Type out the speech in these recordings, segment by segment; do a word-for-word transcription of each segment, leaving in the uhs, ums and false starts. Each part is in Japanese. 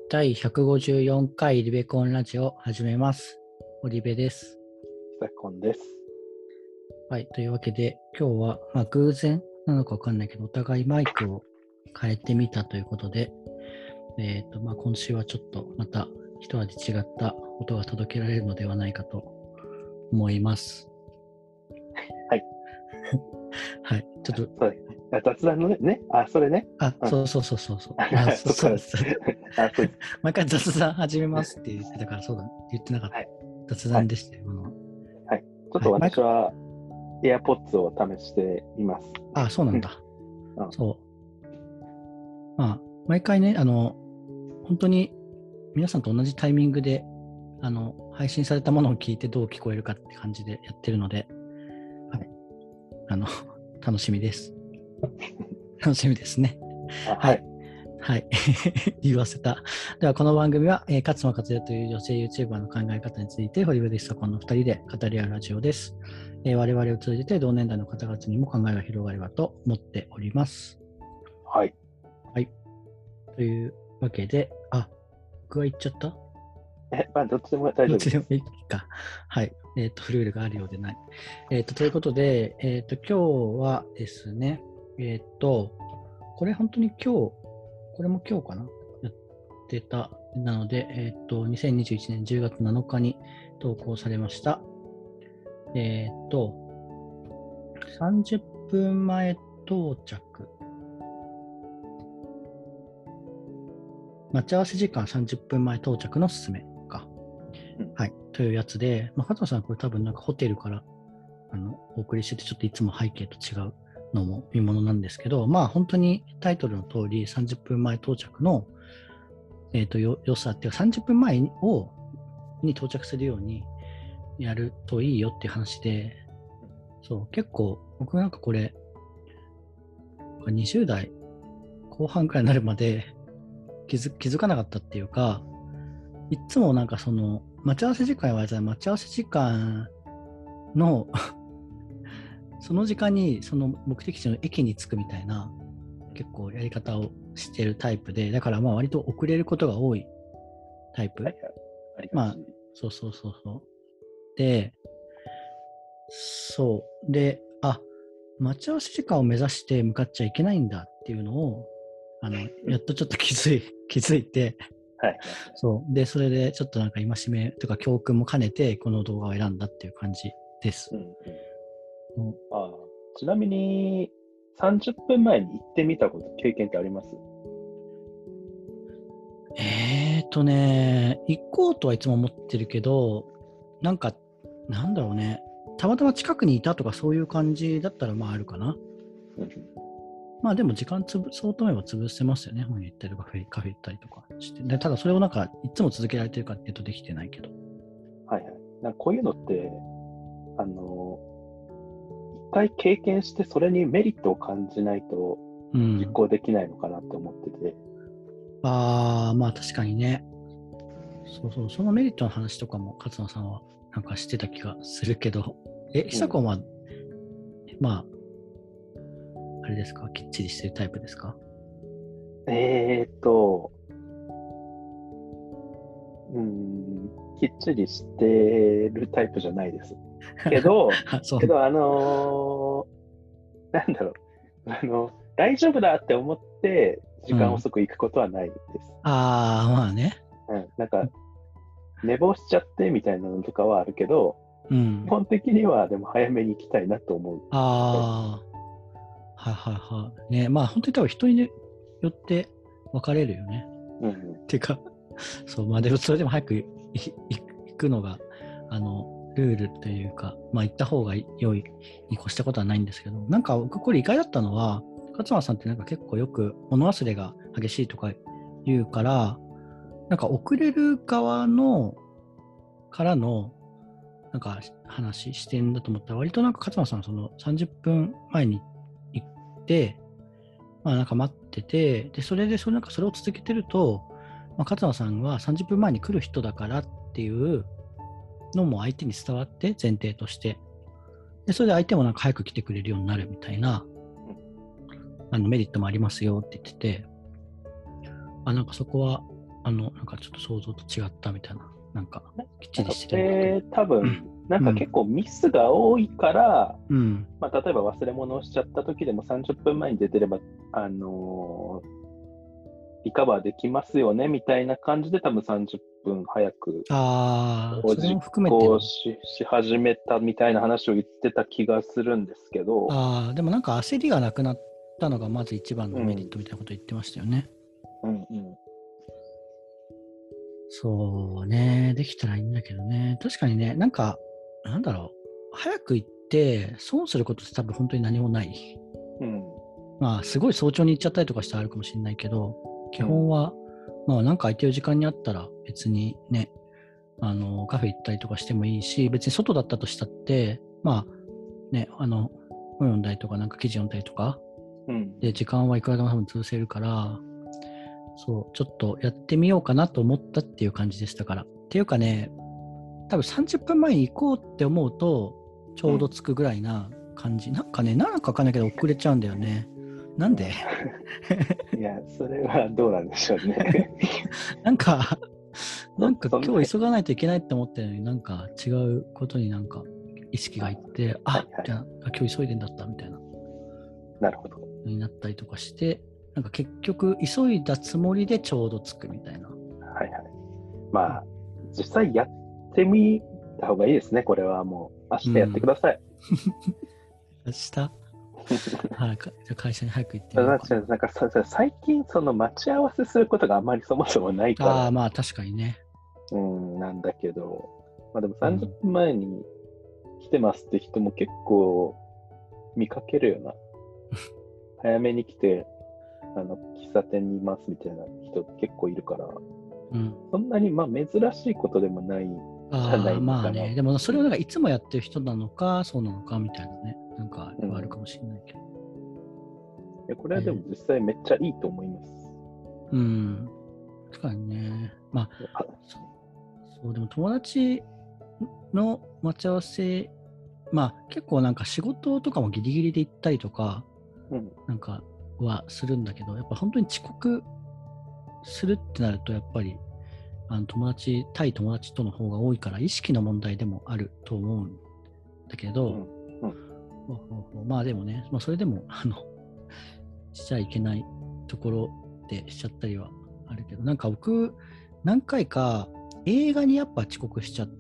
だいひゃくごじゅうよんかいリベコンラジオ始めます。オリベです。 サコンです。 はい、というわけで今日は、まあ、偶然なのかわかんないけどお互いマイクを変えてみたということで、えーとまあ、今週はちょっとまた一味違った音が届けられるのではないかと思います。 はい。 はい、ちょっとそう雑談のね、ね、あ、それね。 あ、 うん、 そうそうそうそうそう。あ、そうそうです。 あ、そうです。 毎回雑談始めますって言ってたから、そうだ、言ってなかった。 はい。 雑談でしたよ、今のは。 はい。ちょっとはい、毎回私は AirPods を試しています。 あ、そうなんだ。 うん、 そう。まあ、毎回ね、あの、本当に皆さんと同じタイミングで、あの、配信されたものを聞いてどう聞こえるかって感じでやってるので、はい。あの、楽しみです。楽しみですね。 あ、 はい。はい。言わせた。では、この番組は、えー、勝間和代という女性 YouTuber の考え方について、ホリブディスタコンのふたりで語り合うラジオです。えー、我々を通じて同年代の方々にも考えが広がればと思っております。 はい。 はい。というわけで、あ、僕は言っちゃった？ え、まあ、どっちでも大丈夫です。 どっちでもいいか。はい。えっ、ー、と、ルールがあるようでない。えっ、ー、と、ということで、えっ、ー、と、今日はですね、えっ、と、これ本当に今日、これも今日かなやってた。なので、えっ、と、にせんにじゅういちねんじゅうがつなのかに投稿されました。えっ、と、さんじゅっぷんまえ到着。待ち合わせ時間さんじゅっぷんまえ到着のすすめか。うん、はい。というやつで、まあ、加藤さん、これ多分なんかホテルからあのお送りしてて、ちょっといつも背景と違うのも見ものなんですけど、まあ本当にタイトルの通りさんじゅっぷんまえ到着の、えー、とよ良さっていうかさんじゅっぷんまえにをに到着するようにやるといいよっていう話で、そう結構僕なんかこれにじゅう代後半くらいになるまで気づ、気づかなかったっていうか、いつもなんかその待ち合わせ時間は待ち合わせ時間のその時間にその目的地の駅に着くみたいな結構やり方をしてるタイプで、だからまあ割と遅れることが多いタイプ。はいはい、 ありがち。 まあ、そうそうそうそう。で、そう。で、あ、待ち合わせ時間を目指して向かっちゃいけないんだっていうのを、あの、やっとちょっと気づい、気づいて、はい。そう。で、それでちょっとなんか戒めとか教訓も兼ねて、この動画を選んだっていう感じです。うんうん、あちなみに、さんじゅっぷんまえに行ってみたこと、経験ってあります？ えーとね、行こうとはいつも思ってるけど、なんか、なんだろうね、たまたま近くにいたとかそういう感じだったらまああるかな。うん、まあでも時間つぶそうと思えば潰せますよね。本屋行ったりカフェ、カフェ行ったりとかして。でただそれをなんかいつも続けられてるかっていうとできてないけど。 はいはい。なんかこういうのって、あの、一回経験してそれにメリットを感じないと実行できないのかなって思ってて。 うん、ああ、まあ確かにね。そうそう、そのメリットの話とかも勝野さんはなんかしてた気がするけど、え、久子は、うん、まあ、あれですか、きっちりしてるタイプですか？ えーっと、うん、きっちりしてるタイプじゃないです。けど、けど、あのー、なんだろう、あの、大丈夫だって思って時間遅く行くことはないです。うん、 ああ、まあね。 うん、なんか、寝坊しちゃってみたいなのとかはあるけど、うん、基本的にはでも早めに行きたいなと思う。 ああ、はいはいはい。ね、まあ本当に多分人によって分かれるよね。うん、うん。てか、そう、まあでもそれでも早く行くのが、あの、ルールというか、まあ行った方が良いに越したことはないんですけど、なんか僕これ意外だったのは、勝間さんってなんか結構よく物忘れが激しいとか言うから、なんか遅れる側の、からの、なんか話、視点だと思ったら、割となんか勝間さんそのさんじゅっぷんまえに行って、まあなんか待ってて、で、それでそれなんかそれを続けてると、まあ、勝間さんはさんじゅっぷんまえに来る人だからっていうのも相手に伝わって前提として、で、それで相手もなんか早く来てくれるようになるみたいな、あのメリットもありますよって言ってて、あ、なんかそこはあの、なんかちょっと想像と違ったみたいな、なんかきっちりしてで、 る。 多分、 うん、 なんか結構ミスが多いから、 うん、 まあ、例えば忘れ物をしちゃった時でもさんじゅっぷんまえに出てれば、あのーリカバーできますよねみたいな感じで、多分さんじゅっぷん早くああ、それもを実含めての。 行し、し始めたみたいな話を言ってた気がするんですけど、 ああ、でもなんか焦りがなくなったのがまず一番のメリッうん、 トみたいなこと言ってましたよね。 うん、うん。 そうね、できたらいいんだけどね。確かにね、なんか、なんだろう、早く行って損することって多分本当に何もない。 うん、 まあ、すごい早朝に行っちゃったりとかしてあるかもしれないけど、基うん、 本は、まあ、なんか空いてる時間にあったら別にね、あの、カフェ行ったりとかしてもいいし、別に外だったとしたって、まあ、ね、あの、本読んだりとか、なんか記事読んだりとか、 うん。 で、時間はいくらでも多分潰せるから、そう、ちょっとやってみようかなと思ったっていう感じでしたから。っていうかね、多分さんじゅっぷんまえに行こうって思うと、ちょうど着くぐらいな感じ。なんかね、なんかわかんないけど遅れちゃうんだよね。なんでいや、それはどうなんでしょうね。 なんか、なんかそんな、 今日急がないといけないって思ってるのになんか違うことになんか意識がいって、あ、 はいはい。 じゃあ今日急いでんだったみたいななるほど。 になったりとかして、なんか結局急いだつもりでちょうど着くみたいな。 はいはい。まあ、実際やってみた方がいいですね、これはもう。明日やってください。 明日はい、かじゃあ会社に早く行ってみようかな。 だってなんかささ最近、その待ち合わせすることがあまりそもそもないかああ、 ら、 まあ確かにね。 うん、なんだけど、まあでも30 うん。 分前に来てますって人も結構見かけるよな。早めに来て、あの、喫茶店にいますみたいな人結構いるから、 うん。 そんなにまあ珍しいことでもないじゃなああ、 いのかな。 まあね。でもそうん。 れをなんかいつもやってる人なのか、そうなのかみたいなね。なんかうん。 あるかもしれないけど。 いや、これはでもね、 実際めっちゃいいと思います。 うん。確かにね。まあ、 あ、 そそう、でも友達の待ち合わせ、まあ結構なんか仕事とかもギリギリで行ったりとか、 うん。 なんかはするんだけど、やっぱ本当に遅刻するってなると、やっぱりあの友達、対友達との方が多いから、意識の問題でもあると思うんだけど、 うん。うん。 ほうほうほうまあでもね、まあ、それでも、あの、しちゃいけないところでしちゃったりはあるけど、なんか僕、何回か映画にやっぱ遅刻しちゃって、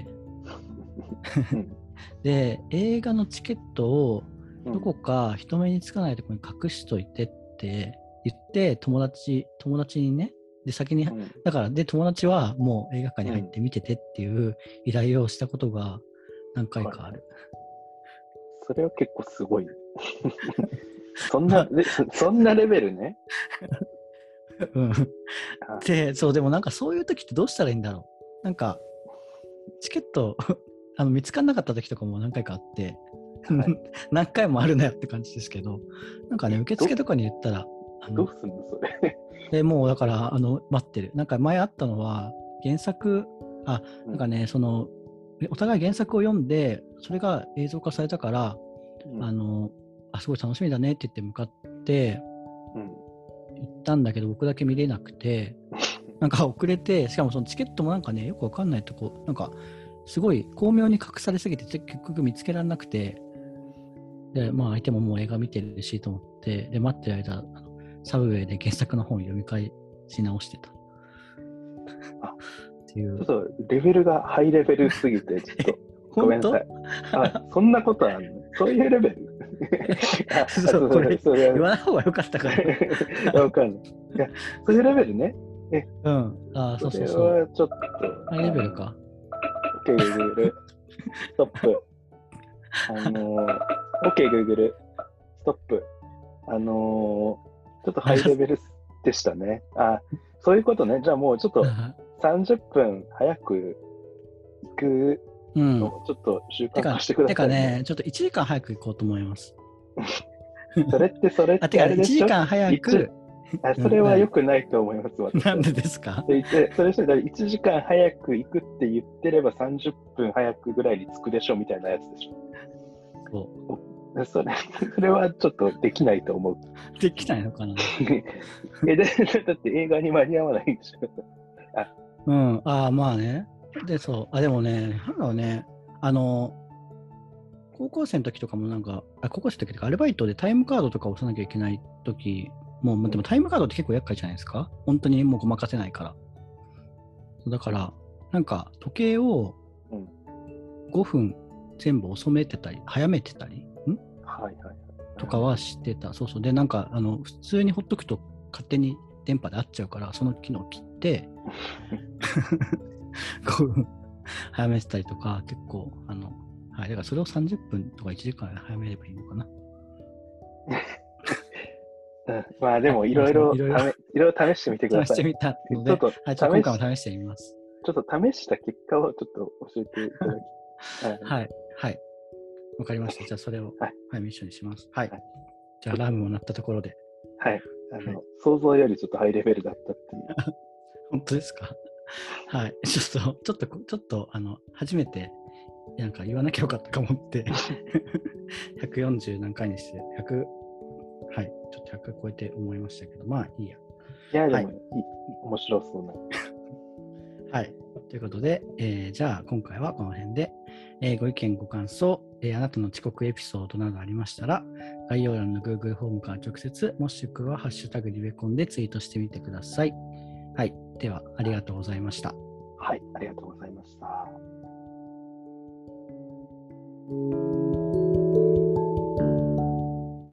うん。 で、映画のチケットをうん。 どこか人目につかないところに隠しといてって言って、友達、友達にね、で、先に、 うん。 だから、で、友達はもう映画館に入っうん。 て見ててっていう依頼をしたことが何回はいはい。 かある。 それは結構すごい。そんな、 まあ、 で、そんなレベルね。 うん。 あ、 で、そう、でもなんかそういう時ってどうしたらいいんだろう。なんか、チケットあの見つからなかった時とかも何回かあって、 はい。 何回もあるなよって感じですけど、なんかね、 え、ど、 受付とかに言ったら、あの、 どうすんのそれ。 でもうだから、あの、待ってる。なんか前あったのは、原作、あ、 うん。 なんかね、その、お互い原作を読んで、それが映像化されたから、 うん。 あの、あ、すごい楽しみだねって言って向かってうん。 行ったんだけど、僕だけ見れなくて、なんか遅れて、しかもそのチケットもなんかね、よくわかんないとこ、なんか、すごい巧妙に隠されすぎて、結局見つけられなくて、で、まあ相手ももう映画見てるしと思って、で、待ってる間、あのサブウェイで原作の本を読み返し直してたっあ、 ていう。 ちょっとレベルがハイレベルすぎて、ちょっとご本当めんなさい。あ、そんなことあるのそういうレベルあ、あそう、 そうこれ、 それ、 言わない方がよかったかな。 わかんない。いや、そういうレベルね。え、 うん。ああ、そそれうそうそう。 はちょっと、 ハイレベルか。 OK、Google、ストップ。あのー、OK、Google、ストップ。あのー、ちょっとハイ流す。 レベルでしたね。あ、そういうことね。じゃあもうちょっとさんじゅっぷん早く行くうん。 のをちょっと習てか、 慣化してくださいね。 てかね、ちょっといちじかん早く行こうと思います。 それってそれっあ、てかね、1 てあれでしょ時間早一く、 あ、 うん、 それは良何くないと思います、私は。 なんでですか？ で、でそれしていちじかん早く行くって言ってればさんじゅっぷん早くぐらいに着くでしょみたいなやつでしそょ。おそれ、それはちょっとできないと思う。 う。できないのかな？ えで、だって映画に間に合わないでしょ。 うん、ああ、まあね。で、そう、あ、でもね、なんだろうね、あの、高校生の時とかもなんか、あ高校生の時とかアルバイトでタイムカードとか押さなきゃいけない時も、まあ、でもタイムカードって結構厄介じゃないですか。本当にもうごまかせないから。だから、なんか時計をごふん全部遅めてたり、早めてたり、んはいはいはい。 とかはしてた。そうそう。で、なんか、あの、普通にほっとくと勝手に電波で合っちゃうから、その機能を切って、ごふん早めてたりとか、結構、あの、はい。だからそれをさんじゅっぷんとかいちじかん早めればいいのかな。 うん、まあでもいろいろいろいろいろいろ試してみてください。 試してみたので、 ちょっとはい、ちょっと今回も試してみます。 ちょっと試した結果をちょっと教えていただき。 はい、はい。わかりました。じゃあそれを、 はい、 はい、ミッションにします。はい。はい、じゃあアラームも鳴ったところで。 はい。あの、はい、想像よりちょっとハイレベルだったっていう。 本当ですか？はい。ちょっと、ちょっと、ちょっと、あの、初めて、なんか言わなきゃよかったかもって、ひゃくよんじゅう何回にして、ひゃく、はい、ちょっとひゃく超えて思いましたけど、まあいいや。 いや、でもいい、はい、面白そうな。 はい。ということで、えー、じゃあ今回はこの辺で、えー、ご意見ご感想、えー、あなたの遅刻エピソードなどありましたら、概要欄の Google フォームから直接、もしくはハッシュタグリベコンでツイートしてみてください。はい。では、ありがとうございました。 はい、ありがとうございました。